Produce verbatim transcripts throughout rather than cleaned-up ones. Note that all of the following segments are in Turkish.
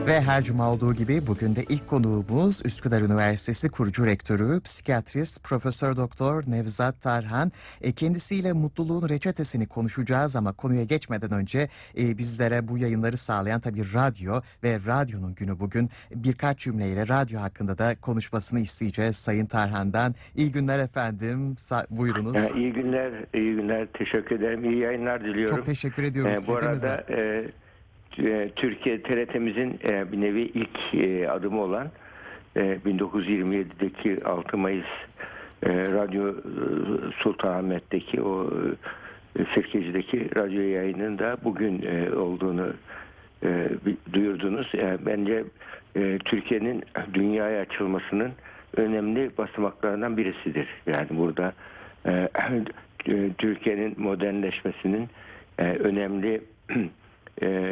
Ve her cuma olduğu gibi bugün de ilk konuğumuz Üsküdar Üniversitesi kurucu rektörü, psikiyatrist Profesör Doktor Nevzat Tarhan. E, kendisiyle mutluluğun reçetesini konuşacağız ama konuya geçmeden önce e, bizlere bu yayınları sağlayan tabii radyo ve radyonun günü bugün. Birkaç cümleyle radyo hakkında da konuşmasını isteyeceğiz Sayın Tarhan'dan. İyi günler efendim. Sa- buyurunuz. Ya, iyi günler, iyi günler. Teşekkür ederim. İyi yayınlar diliyorum. Çok teşekkür ediyoruz. Ee, bu hepimize. arada e, e, Türkiye T R T'mizin e, bir nevi ilk e, adımı olan e, bin dokuz yüz yirmi yedideki altı Mayıs e, Radyo e, Sultanahmet'teki o e, Sirkeci'deki radyo yayının da bugün e, olduğunu e, duyurdunuz. E, bence e, Türkiye'nin dünyaya açılmasının önemli basamaklarından birisidir. Yani burada e, Türkiye'nin modernleşmesinin e, önemli e,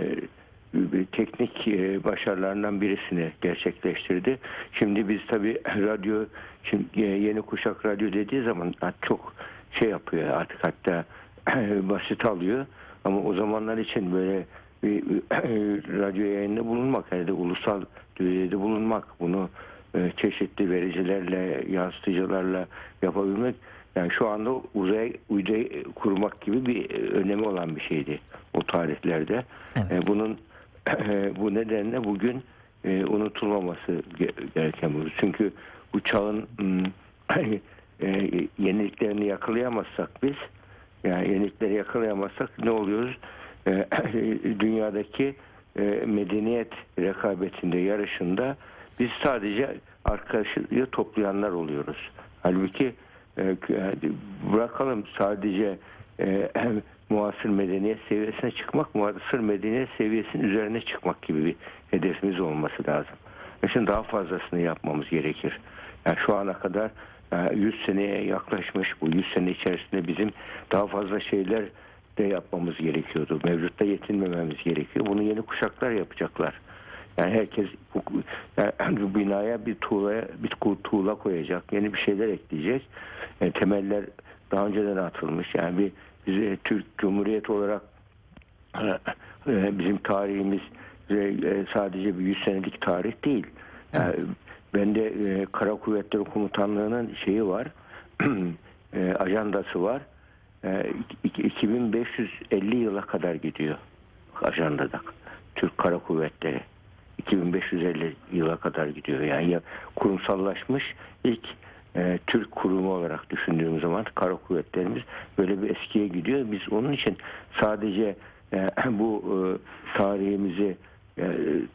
teknik e, başarılarından birisini gerçekleştirdi. Şimdi biz tabii radyo, şimdi yeni kuşak radyo dediği zaman çok şey yapıyor artık, hatta basit alıyor. Ama o zamanlar için böyle bir radyo yayında bulunmak, yani de ulusal düzeyde bulunmak, bunu e, çeşitli vericilerle, yansıtıcılarla yapabilmek, yani şu anda uzay uydu kurmak gibi bir önemi olan bir şeydi o tarihlerde. Evet. E, bunun e, bu nedenle bugün e, unutulmaması gereken bu. Çünkü bu çağın e, yeniliklerini yakalayamazsak biz, yani yenilikleri yakalayamazsak ne oluyoruz? E, dünyadaki e, medeniyet rekabetinde, yarışında biz sadece arkadaşı toplayanlar oluyoruz. Halbuki e, bırakalım sadece e, muasır medeniyet seviyesine çıkmak, muasır medeniyet seviyesinin üzerine çıkmak gibi bir hedefimiz olması lazım. Mesela daha fazlasını yapmamız gerekir. Yani şu ana kadar yüz seneye yaklaşmış, bu yüz sene içerisinde bizim daha fazla şeyler de yapmamız gerekiyordu. Mevcutta yetinmememiz gerekiyor. Bunu yeni kuşaklar yapacaklar. Yani herkes bu, yani bu binaya bir tuğlaya bir tuğla koyacak, yeni bir şeyler ekleyecek. Yani temeller daha önceden atılmış. Yani bir bize Türk Cumhuriyeti olarak bizim tarihimiz sadece bir yüz senelik tarih değil. Evet. Yani ben de Kara Kuvvetleri Komutanlığı'nın şeyi var, ajandası var. iki bin beş yüz elli yıla kadar gidiyor ajandada Türk Kara Kuvvetleri. iki bin beş yüz elli yıla kadar gidiyor. Yani kurumsallaşmış ilk e, Türk kurumu olarak düşündüğüm zaman Kara Kuvvetlerimiz böyle bir eskiye gidiyor. Biz onun için sadece e, bu e, tarihimizi e,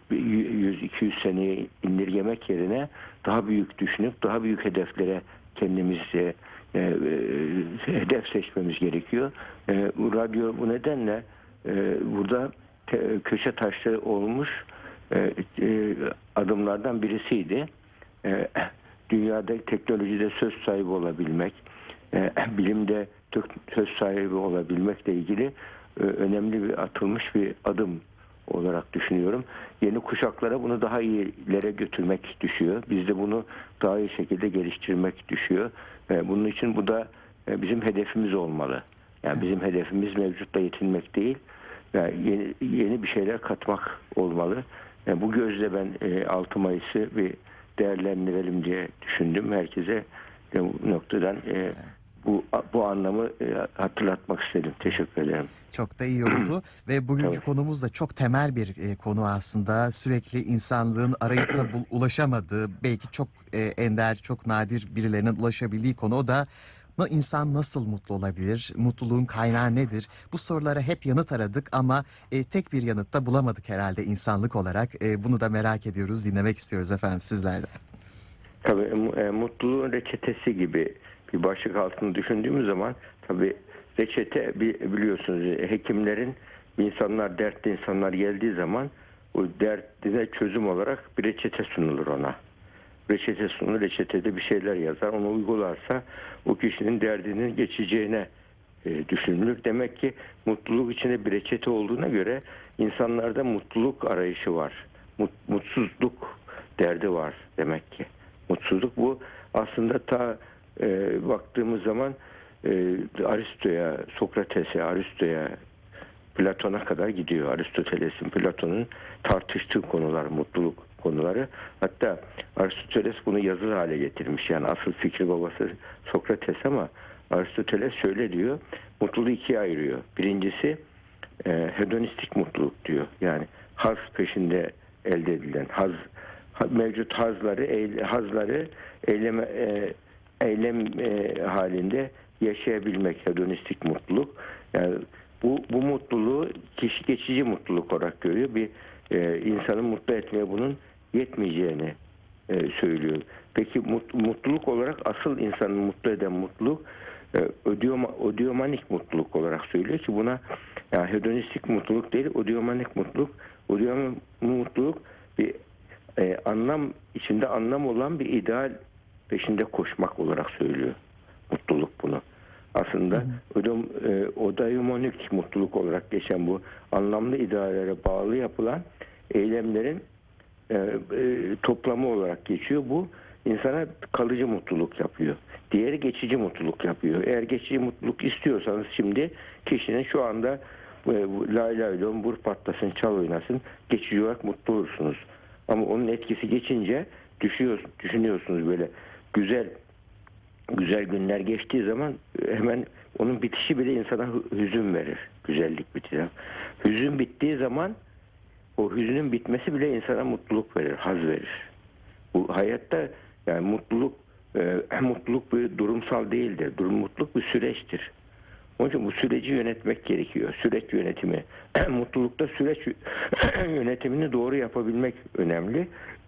yüz iki yüz seneye indirgemek yerine daha büyük düşünüp daha büyük hedeflere kendimizi e, e, hedef seçmemiz gerekiyor. E, bu radyo bu nedenle e, burada te, köşe taşları olmuş e, e, adımlardan birisiydi. E, dünyada teknolojide söz sahibi olabilmek, e, bilimde söz sahibi olabilmekle ilgili e, önemli bir atılmış bir adım olarak düşünüyorum. Yeni kuşaklara bunu daha iyilere götürmek düşüyor. Biz de bunu daha iyi şekilde geliştirmek düşüyor. E, bunun için bu da e, bizim hedefimiz olmalı. Yani bizim hedefimiz mevcutla yetinmek değil, yani yeni, yeni bir şeyler katmak olmalı. Yani bu gözle ben e, altı Mayıs'ı bir değerlendirelim diye düşündüm. Herkese de bu noktadan e, bu bu anlamı e, hatırlatmak istedim. Teşekkür ederim. Çok da iyi oldu ve bugünkü Evet. konumuz da çok temel bir e, konu aslında. Sürekli insanlığın arayıp da bul- ulaşamadığı, belki çok e, ender, çok nadir birilerinin ulaşabildiği konu. O da na- insan nasıl mutlu olabilir? Mutluluğun kaynağı nedir? Bu sorulara hep yanıt aradık ama e, tek bir yanıt da bulamadık herhalde insanlık olarak. E, bunu da merak ediyoruz, dinlemek istiyoruz efendim sizlerden. Tabii e, mutluluğun reçetesi gibi bir başlık altını düşündüğümüz zaman tabii reçete biliyorsunuz, hekimlerin insanlar dertli insanlar geldiği zaman o dertine çözüm olarak bir reçete sunulur ona. Reçete sunulur, reçetede bir şeyler yazar. Onu uygularsa o kişinin derdinin geçeceğine e, düşünülür. Demek ki mutluluk içinde bir reçete olduğuna göre insanlarda mutluluk arayışı var. Mut, mutsuzluk derdi var demek ki. Mutsuzluk bu aslında ta e, baktığımız zaman e, Aristo'ya, Sokrates'e, Aristo'ya, Platon'a kadar gidiyor. Aristoteles'in, Platon'un tartıştığı konular, mutluluk konuları. Hatta Aristoteles bunu yazılı hale getirmiş. Yani asıl fikri babası Sokrates ama Aristoteles şöyle diyor. Mutluluğu ikiye ayırıyor. Birincisi e, hedonistik mutluluk diyor. Yani haz peşinde elde edilen haz, mevcut hazları, eyle, hazları eyleme, e, eylem e, halinde yaşayabilmek, hedonistik mutluluk. Yani bu, bu mutluluğu kişi geçici mutluluk olarak görüyor. Bir e, insanı mutlu etmeye bunun yetmeyeceğini e, söylüyor. Peki mut, mutluluk olarak asıl insanı mutlu eden mutluluk e, ödiyoma, ödiyomanik mutluluk olarak söylüyor ki buna yani hedonistik mutluluk değil, ödiyomanik mutluluk. Ödiyomanik mutluluk bir e, anlam içinde anlam olan bir ideal peşinde koşmak olarak söylüyor mutluluk bunu. Aslında hı hı. E, ödiomonik mutluluk olarak geçen bu anlamlı ideallere bağlı yapılan eylemlerin e, e, toplamı olarak geçiyor. Bu insana kalıcı mutluluk yapıyor. Diğeri geçici mutluluk yapıyor. Eğer geçici mutluluk istiyorsanız şimdi kişinin şu anda e, lay lay lom vur patlasın çal oynasın geçici olarak mutlu olursunuz. Ama onun etkisi geçince düşüyor, düşünüyorsunuz böyle güzel güzel günler geçtiği zaman hemen onun bitişi bile insana hüzün verir. Güzellik bitiyor. Hüzün bittiği zaman o hüznün bitmesi bile insana mutluluk verir, haz verir. Bu hayatta yani mutluluk e, mutluluk bir durumsal değildir. Durum mutluluk bir süreçtir. Onun için bu süreci yönetmek gerekiyor. Süreç yönetimi. Mutlulukta süreç yönetimini doğru yapabilmek önemli.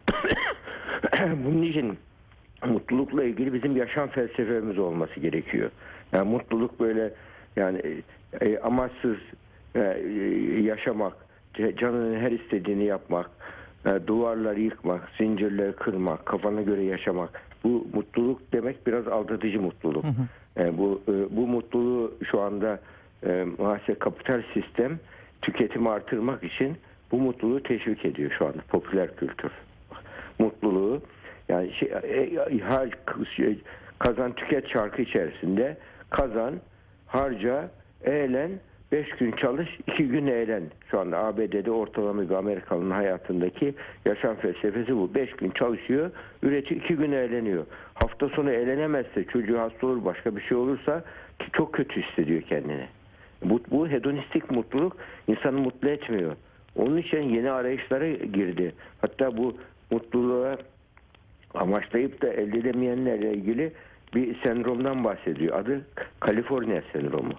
Bunun için mutlulukla ilgili bizim yaşam felsefemiz olması gerekiyor. Yani mutluluk böyle yani e, amaçsız e, yaşamak, canının her istediğini yapmak, e, duvarları yıkmak, zincirleri kırmak, kafana göre yaşamak. Bu mutluluk demek biraz aldatıcı mutluluk. Hı hı. E, bu e, bu mutluluğu şu anda e, maalesef kapital sistem tüketimi artırmak için bu mutluluğu teşvik ediyor şu anda popüler kültür. Mutluluğu yani şey, şey, kazan tüket şarkı içerisinde kazan, harca, eğlen, beş gün çalış, iki gün eğlen. Şu anda A B D'de ortalama bir Amerikalı'nın hayatındaki yaşam felsefesi bu. Beş gün çalışıyor, üretiyor, iki gün eğleniyor. Hafta sonu eğlenemezse, çocuğu hasta olur, başka bir şey olursa çok kötü hissediyor kendini. Bu, bu hedonistik mutluluk insanı mutlu etmiyor. Onun için yeni arayışlara girdi. Hatta bu mutluluğa amaçlayıp da elde edemeyenlerle ilgili bir sendromdan bahsediyor. Adı Kaliforniya sendromu.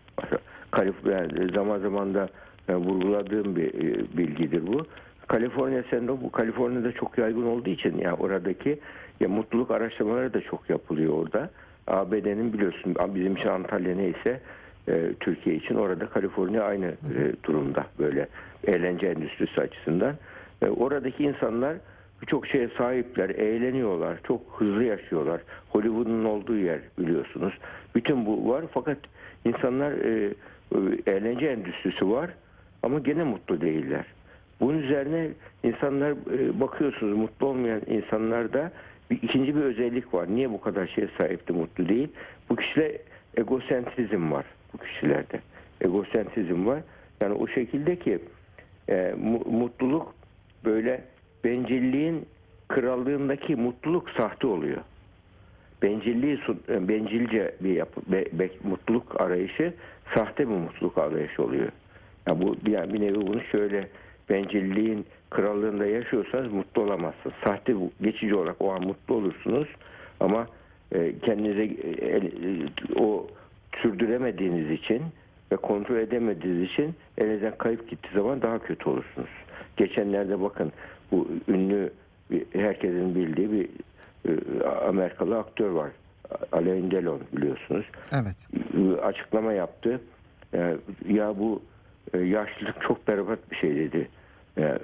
Yani zaman zaman da vurguladığım bir bilgidir bu. Kaliforniya sendromu bu Kaliforniya'da çok yaygın olduğu için yani oradaki ya mutluluk araştırmaları da çok yapılıyor orada. A B D'nin biliyorsun bizim için Antalya neyse e, Türkiye için orada Kaliforniya aynı e, durumda böyle eğlence endüstrisi açısından. E, oradaki insanlar birçok şeye sahipler, eğleniyorlar, çok hızlı yaşıyorlar. Hollywood'un olduğu yer biliyorsunuz. Bütün bu var fakat insanlar e, eğlence endüstrisi var ama gene mutlu değiller. Bunun üzerine insanlar e, bakıyorsunuz mutlu olmayan insanlarda bir ikinci bir özellik var. Niye bu kadar şeye sahip de mutlu değil? Bu kişide egosentrizm var bu kişilerde. Egosentrizm var. Yani o şekilde ki e, mutluluk böyle bencilliğin krallığındaki mutluluk sahte oluyor. Bencilliği bencilce bir yapı, be, be, mutluluk arayışı sahte bir mutluluk arayışı oluyor. Yani bu yani bir nevi bunu şöyle bencilliğin krallığında yaşıyorsanız mutlu olamazsınız. Sahte geçici olarak o an mutlu olursunuz ama e, kendinize e, e, o sürdüremediğiniz için ve kontrol edemediğiniz için elinizden kayıp gittiği zaman daha kötü olursunuz. Geçenlerde bakın bu ünlü herkesin bildiği bir e, Amerikalı aktör var. Alain Delon biliyorsunuz. Evet. Açıklama yaptı. E, ya bu e, yaşlılık çok berbat bir şey dedi. E,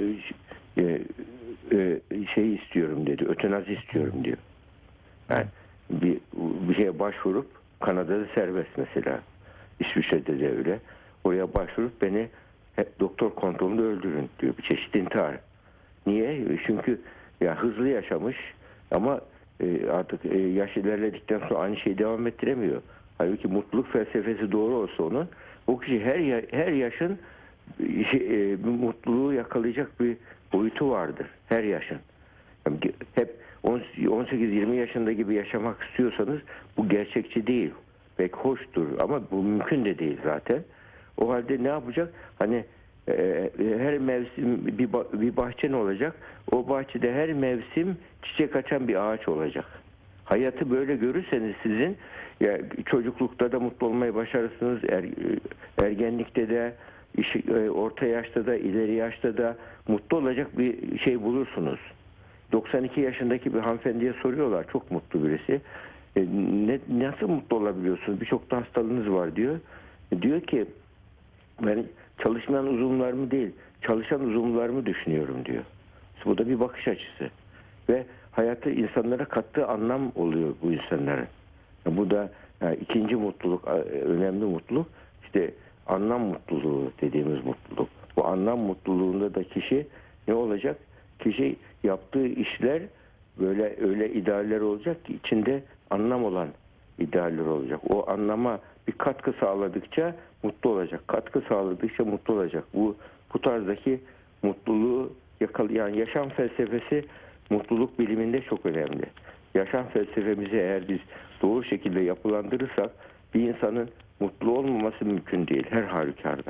e, e, şey istiyorum dedi. Ötenazi istiyorum diyor. Yani bir, bir şeye başvurup Kanada'da serbest mesela. İsviçre'de de öyle. Oraya başvurup beni hep doktor kontrolünde öldürün diyor. Bir çeşit intihar. Niye? Çünkü ya hızlı yaşamış ama e, artık e, yaş ilerledikten sonra aynı şeyi devam ettiremiyor. Halbuki mutluluk felsefesi doğru olsa onun O kişi her ya- her yaşın şey, e, bir mutluluğu yakalayacak bir boyutu vardır. Her yaşın. Yani hep on sekiz yirmi yaşında gibi yaşamak istiyorsanız bu gerçekçi değil. Pek hoştur ama bu mümkün de değil zaten. O halde ne yapacak? Hani e, her mevsim bir, ba- bir bahçen olacak. O bahçede her mevsim çiçek açan bir ağaç olacak. Hayatı böyle görürseniz sizin ya çocuklukta da mutlu olmayı başarırsınız. Er, ergenlikte de, iş, e, orta yaşta da, ileri yaşta da mutlu olacak bir şey bulursunuz. doksan iki yaşındaki bir hanımefendiye soruyorlar. Çok mutlu birisi. E, ne, nasıl mutlu olabiliyorsunuz? Birçok da hastalığınız var diyor. E, diyor ki ben çalışmayan uzuvlarımı değil, çalışan uzuvlarımı düşünüyorum diyor. Bu da bir bakış açısı. Ve hayatı insanlara kattığı anlam oluyor bu insanların. Bu da yani ikinci mutluluk, önemli mutluluk. İşte anlam mutluluğu dediğimiz mutluluk. Bu anlam mutluluğunda da kişi ne olacak? Kişi yaptığı işler böyle öyle idealler olacak ki içinde anlam olan idealler olacak. O anlama bir katkı sağladıkça mutlu olacak. Katkı sağladıkça mutlu olacak. Bu bu tarzdaki mutluluğu yakalayan yaşam felsefesi mutluluk biliminde çok önemli. Yaşam felsefemizi eğer biz doğru şekilde yapılandırırsak bir insanın mutlu olmaması mümkün değil her halükarda.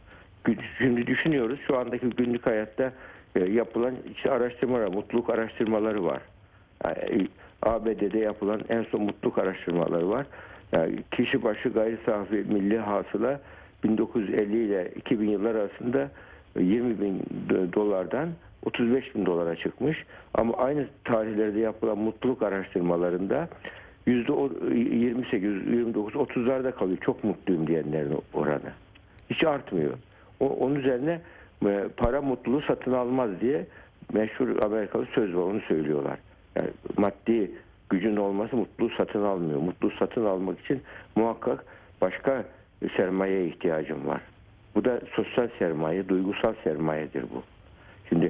Şimdi düşünüyoruz şu andaki günlük hayatta yapılan işte araştırmalar, mutluluk araştırmaları var. Yani A B D'de yapılan en son mutluluk araştırmaları var. Yani kişi başı gayri safi milli hasıla bin dokuz yüz elli ile iki bin yıllar arasında yirmi bin dolardan otuz beş bin dolara çıkmış. Ama aynı tarihlerde yapılan mutluluk araştırmalarında yüzde yirmi sekiz yirmi dokuz otuzlarda kalıyor. Çok mutluyum diyenlerin oranı. Hiç artmıyor. O, onun üzerine e, para mutluluğu satın almaz diye meşhur Amerikalı söz var. Onu söylüyorlar. Yani maddi gücün olması mutluluğu satın almıyor. Mutluluğu satın almak için muhakkak başka sermayeye ihtiyacım var. Bu da sosyal sermaye, duygusal sermayedir bu. Şimdi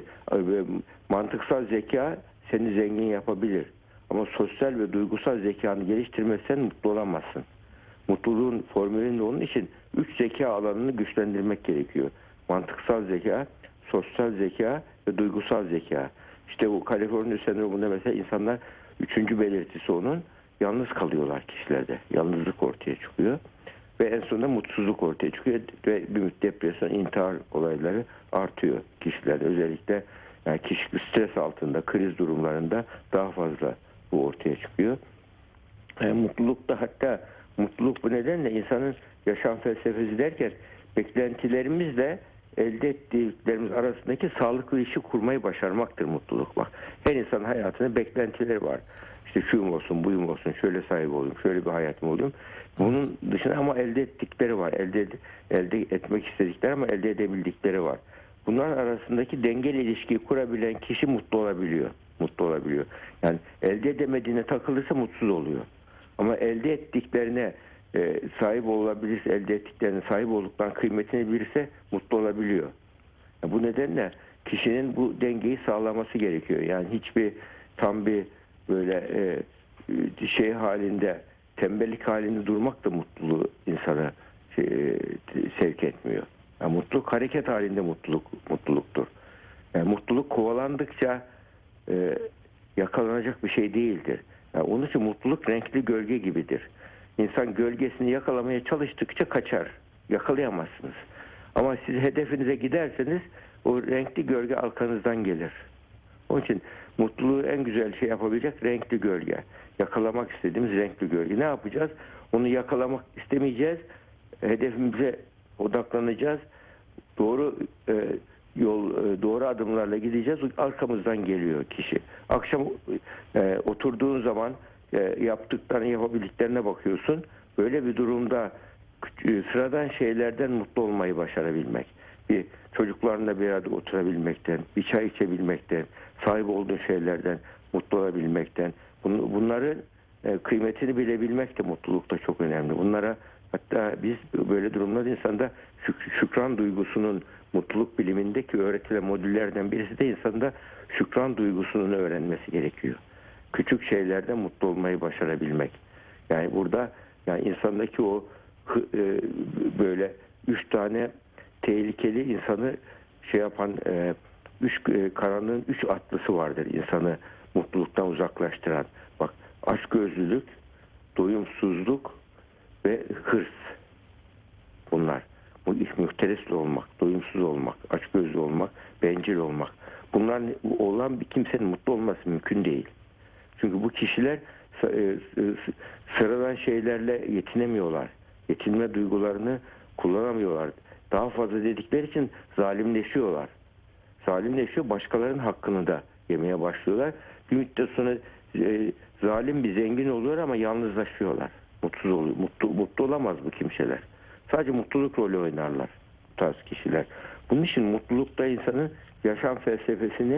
mantıksal zeka seni zengin yapabilir. Ama sosyal ve duygusal zekanı geliştirmezsen mutlu olamazsın. Mutluluğun formülünde onun için üç zeka alanını güçlendirmek gerekiyor. Mantıksal zeka, sosyal zeka ve duygusal zeka. İşte bu Kaliforniya sendromunda mesela insanlar üçüncü belirtisi onun yalnız kalıyorlar kişilerde. Yalnızlık ortaya çıkıyor. Ve en sonunda mutsuzluk ortaya çıkıyor ve bir depresyon, intihar olayları artıyor kişilerde. Özellikle yani kişi stres altında, kriz durumlarında daha fazla bu ortaya çıkıyor. Yani mutlulukta hatta mutluluk bu nedenle insanın yaşam felsefesi derken beklentilerimizle elde ettiklerimiz arasındaki sağlıklı ilişki kurmayı başarmaktır mutluluk. Bak, her insanın hayatında beklentileri var. İşte şuyum olsun, buyum olsun, şöyle sahip olayım, şöyle bir hayatım olayım. Bunun dışında ama elde ettikleri var. Elde, elde etmek istedikleri ama elde edebildikleri var. Bunların arasındaki dengeli ilişkiyi kurabilen kişi mutlu olabiliyor. Mutlu olabiliyor. Yani elde edemediğine takılırsa mutsuz oluyor. Ama elde ettiklerine e, sahip olabilirse, elde ettiklerine sahip olduklarının kıymetini bilirse mutlu olabiliyor. Yani bu nedenle kişinin bu dengeyi sağlaması gerekiyor. Yani hiçbir tam bir böyle e, şey halinde, tembellik halinde durmak da mutluluğu insana şey, e, sevk etmiyor. Yani mutluluk hareket halinde mutluluk mutluluktur. Yani mutluluk kovalandıkça e, yakalanacak bir şey değildir. Yani onun için mutluluk renkli gölge gibidir. İnsan gölgesini yakalamaya çalıştıkça kaçar. Yakalayamazsınız. Ama siz hedefinize giderseniz o renkli gölge arkanızdan gelir. Onun için mutluluğu en güzel şey yapabilecek renkli gölge. Yakalamak istediğimiz renkli gölge. Ne yapacağız? Onu yakalamak istemeyeceğiz. Hedefimize odaklanacağız. Doğru e, yol, e, doğru adımlarla gideceğiz. Arkamızdan geliyor kişi. Akşam e, oturduğun zaman e, yaptıklarını, yapabildiklerine bakıyorsun. Böyle bir durumda e, sıradan şeylerden mutlu olmayı başarabilmek. Bir çocuklarla bir arada oturabilmekten, bir çay içebilmekten, sahip olduğun şeylerden mutlu olabilmekten, bun, bunların e, kıymetini bilebilmek de mutlulukta çok önemli. Bunlara hatta biz böyle durumlarda insanda şük- şükran duygusunun mutluluk bilimindeki öğretilen modüllerden birisi de insanda şükran duygusunun öğrenmesi gerekiyor. Küçük şeylerden mutlu olmayı başarabilmek. Yani burada yani insandaki o e, böyle üç tane tehlikeli insanı şey yapan e, üç e, karanlığın üç atlısı vardır insanı mutluluktan uzaklaştıran. Bak, açgözlülük, doyumsuzluk ve hırs. Bunlar. Bu muhteresli olmak, doyumsuz olmak, açgözlü olmak, bencil olmak. Bunlar olan bir kimsenin mutlu olması mümkün değil. Çünkü bu kişiler sıradan şeylerle yetinemiyorlar. Yetinme duygularını kullanamıyorlar. Daha fazla dedikleri için zalimleşiyorlar. Zalimleşiyor, başkalarının hakkını da yemeye başlıyorlar. Bir müddet sonra e, zalim bir zengin oluyor ama yalnızlaşıyorlar. Mutsuz oluyor. Mutlu, mutlu olamaz bu kimseler. Sadece mutluluk rolü oynarlar bu tarz kişiler. Bunun için mutlulukta insanın yaşam felsefesini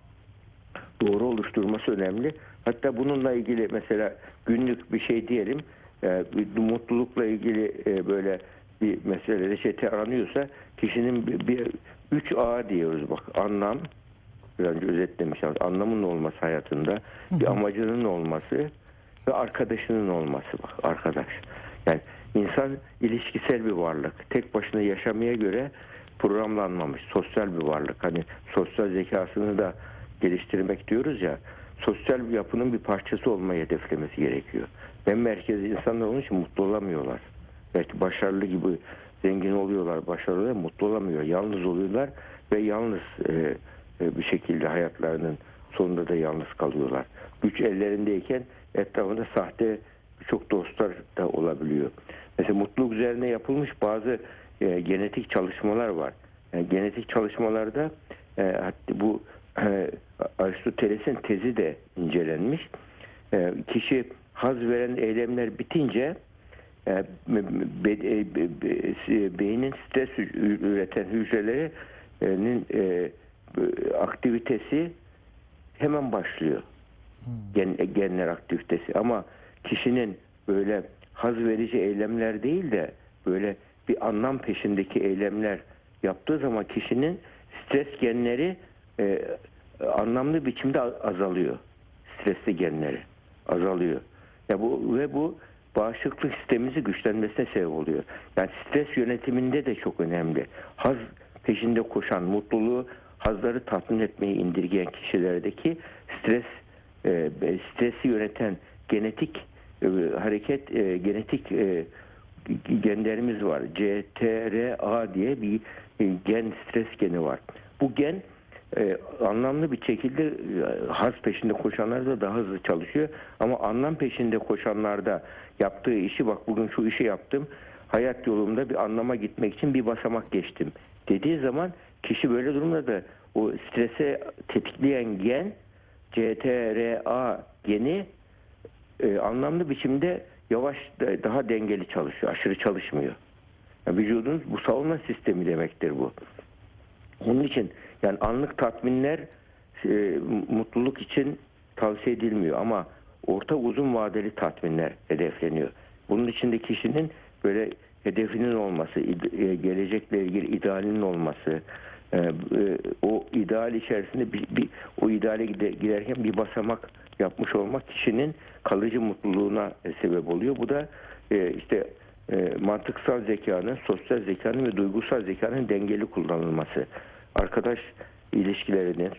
doğru oluşturması önemli. Hatta bununla ilgili mesela günlük bir şey diyelim, e, mutlulukla ilgili e, böyle bir mesele reçete aranıyorsa kişinin bir, bir üç A diyoruz bak. Anlam, biraz önce özetlemiş, anlamının olması hayatında, bir amacının olması ve arkadaşının olması bak, arkadaş. Yani insan ilişkisel bir varlık. Tek başına yaşamaya göre programlanmamış, sosyal bir varlık. Hani sosyal zekasını da geliştirmek diyoruz ya, sosyal bir yapının bir parçası olmayı hedeflemesi gerekiyor. Ben merkezi insanlar onun için mutlu olamıyorlar. Belki başarılı gibi zengin oluyorlar, başarılı oluyorlar, mutlu olamıyor. Yalnız oluyorlar ve yalnız e, e, bir şekilde hayatlarının sonunda da yalnız kalıyorlar. Güç ellerindeyken etrafında sahte birçok dostlar da olabiliyor. Mesela mutluluk üzerine yapılmış bazı e, genetik çalışmalar var. Yani genetik çalışmalarda e, hatta bu e, Aristoteles'in tezi de incelenmiş. E, kişi haz veren eylemler bitince e, be, be, be, beynin stres üreten hücrelerinin e, aktivitesi hemen başlıyor. Gen, genler aktivitesi. Ama kişinin böyle haz verici eylemler değil de böyle bir anlam peşindeki eylemler yaptığı zaman kişinin stres genleri e, anlamlı biçimde azalıyor. Stresli genleri azalıyor. Ya bu ve bu bağışıklık sistemimizi güçlenmesine sebep oluyor. Yani stres yönetiminde de çok önemli. Haz peşinde koşan, mutluluğu, hazları tatmin etmeyi indirgeyen kişilerdeki stres e, stresi yöneten genetik e, hareket e, genetik e, genlerimiz var. C T R A diye bir e, gen, stres geni var. Bu gen e, anlamlı bir şekilde e, haz peşinde koşanlarda daha hızlı çalışıyor. Ama anlam peşinde koşanlarda yaptığı işi, bak bugün şu işi yaptım, hayat yolumda bir anlama gitmek için bir basamak geçtim dediği zaman kişi böyle durumda o strese tetikleyen gen C T R A geni e, anlamlı biçimde yavaş, daha dengeli çalışıyor. Aşırı çalışmıyor. Yani vücudun bu savunma sistemi demektir bu. Onun için yani anlık tatminler e, mutluluk için tavsiye edilmiyor ama orta uzun vadeli tatminler hedefleniyor. Bunun için de kişinin böyle hedefinin olması, e, gelecekle ilgili idealinin olması, e, e, o ideal içerisinde bir, bir o ideale giderken bir basamak yapmış olmak kişinin kalıcı mutluluğuna sebep oluyor. Bu da e, işte e, mantıksal zekanın, sosyal zekanın ve duygusal zekanın dengeli kullanılması. Arkadaş ilişkilerinin,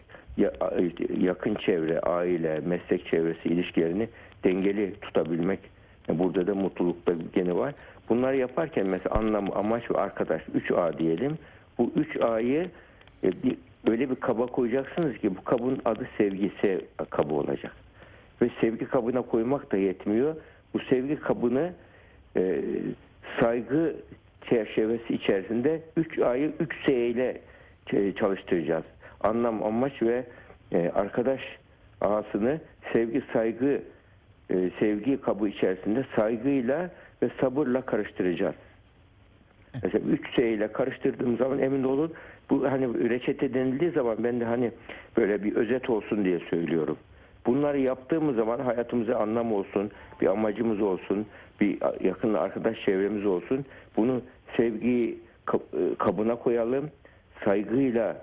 yakın çevre, aile, meslek çevresi ilişkilerini dengeli tutabilmek. Burada da mutlulukta geni var. Bunları yaparken mesela anlam, amaç ve arkadaş üç A diyelim. Bu üç A'yı bir, öyle bir kaba koyacaksınız ki bu kabın adı sevgi sev, kabı olacak. Ve sevgi kabına koymak da yetmiyor. Bu sevgi kabını e, saygı çerçevesi içerisinde üç A'yı üç S ile çalıştıracağız. Anlam, amaç ve e, arkadaş ağasını sevgi, saygı, e, sevgi kabı içerisinde saygıyla ve sabırla karıştıracağız. Mesela üç S ile karıştırdığım zaman emin olun, bu hani reçete denildiği zaman ben de hani böyle bir özet olsun diye söylüyorum. Bunları yaptığımız zaman hayatımıza anlam olsun, bir amacımız olsun, bir yakın arkadaş çevremiz olsun. Bunu sevgi kabına koyalım, saygıyla,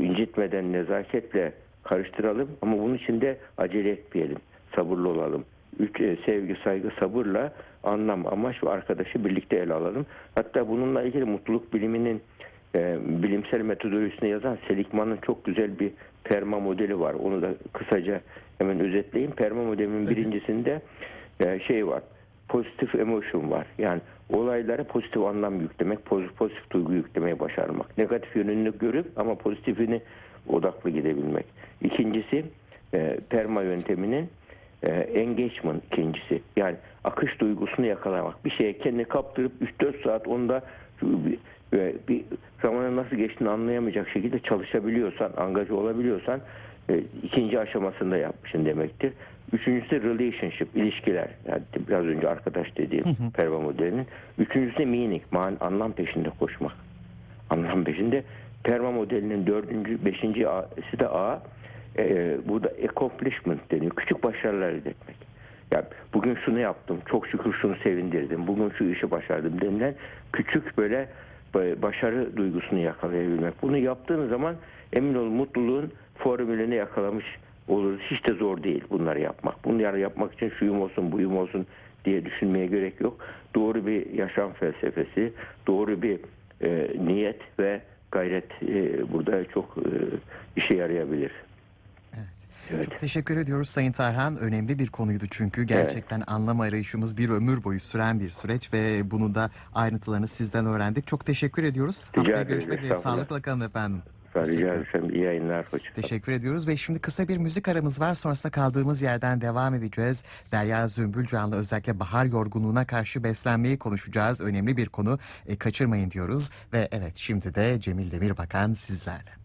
incitmeden, nezaketle karıştıralım ama bunun için de acele etmeyelim, sabırlı olalım. Üç, e, sevgi, saygı, sabırla anlam, amaç ve arkadaşı birlikte ele alalım. Hatta bununla ilgili mutluluk biliminin e, bilimsel metodolojisini yazan Seligman'ın çok güzel bir PERMA modeli var. Onu da kısaca hemen özetleyeyim. PERMA modelinin birincisinde e, şey var. Pozitif emotion var. Yani olaylara pozitif anlam yüklemek, pozitif, pozitif duygu yüklemeyi başarmak. Negatif yönünü görüp ama pozitifini odaklı gidebilmek. İkincisi e, PERMA yönteminin e, engagement ikincisi. Yani akış duygusunu yakalamak. Bir şeye kendini kaptırıp üç dört saat onda bir, bir zamanın nasıl geçtiğini anlayamayacak şekilde çalışabiliyorsan, angaja olabiliyorsan e, ikinci aşamasında yapmışsın demektir. Üçüncüsü relationship, ilişkiler. Yani biraz önce arkadaş dediğim PERMA modelinin. Üçüncüsü meaning, man, anlam peşinde koşmak. Anlam peşinde. PERMA modelinin dördüncü, beşinci A'sı da A. E, burada accomplishment deniyor. Küçük başarılar elde etmek. Yani bugün şunu yaptım, çok şükür şunu sevindirdim, bugün şu işi başardım denilen küçük böyle başarı duygusunu yakalayabilmek. Bunu yaptığın zaman emin ol mutluluğun formülünü yakalamış oluruz. Hiç de zor değil bunları yapmak. Bunları yapmak için şuyum olsun, buyum olsun diye düşünmeye gerek yok. Doğru bir yaşam felsefesi, doğru bir e, niyet ve gayret e, burada çok e, işe yarayabilir. Evet. Çok teşekkür ediyoruz Sayın Tarhan. Önemli bir konuydu çünkü. Gerçekten evet. Anlam arayışımız bir ömür boyu süren bir süreç ve bunu da ayrıntılarını sizden öğrendik. Çok teşekkür ediyoruz. Rica Haftaya ederim, görüşmek dileğiyle. Sağlıkla kalın efendim. Rica ederim. İyi yayınlar. Hoşçakalın. Teşekkür ediyoruz ve şimdi kısa bir müzik aramız var. Sonrasında kaldığımız yerden devam edeceğiz. Derya Zümbülcan'la özellikle bahar yorgunluğuna karşı beslenmeyi konuşacağız. Önemli bir konu. E, kaçırmayın diyoruz. Ve evet şimdi de Cemil Demirbakan sizlerle.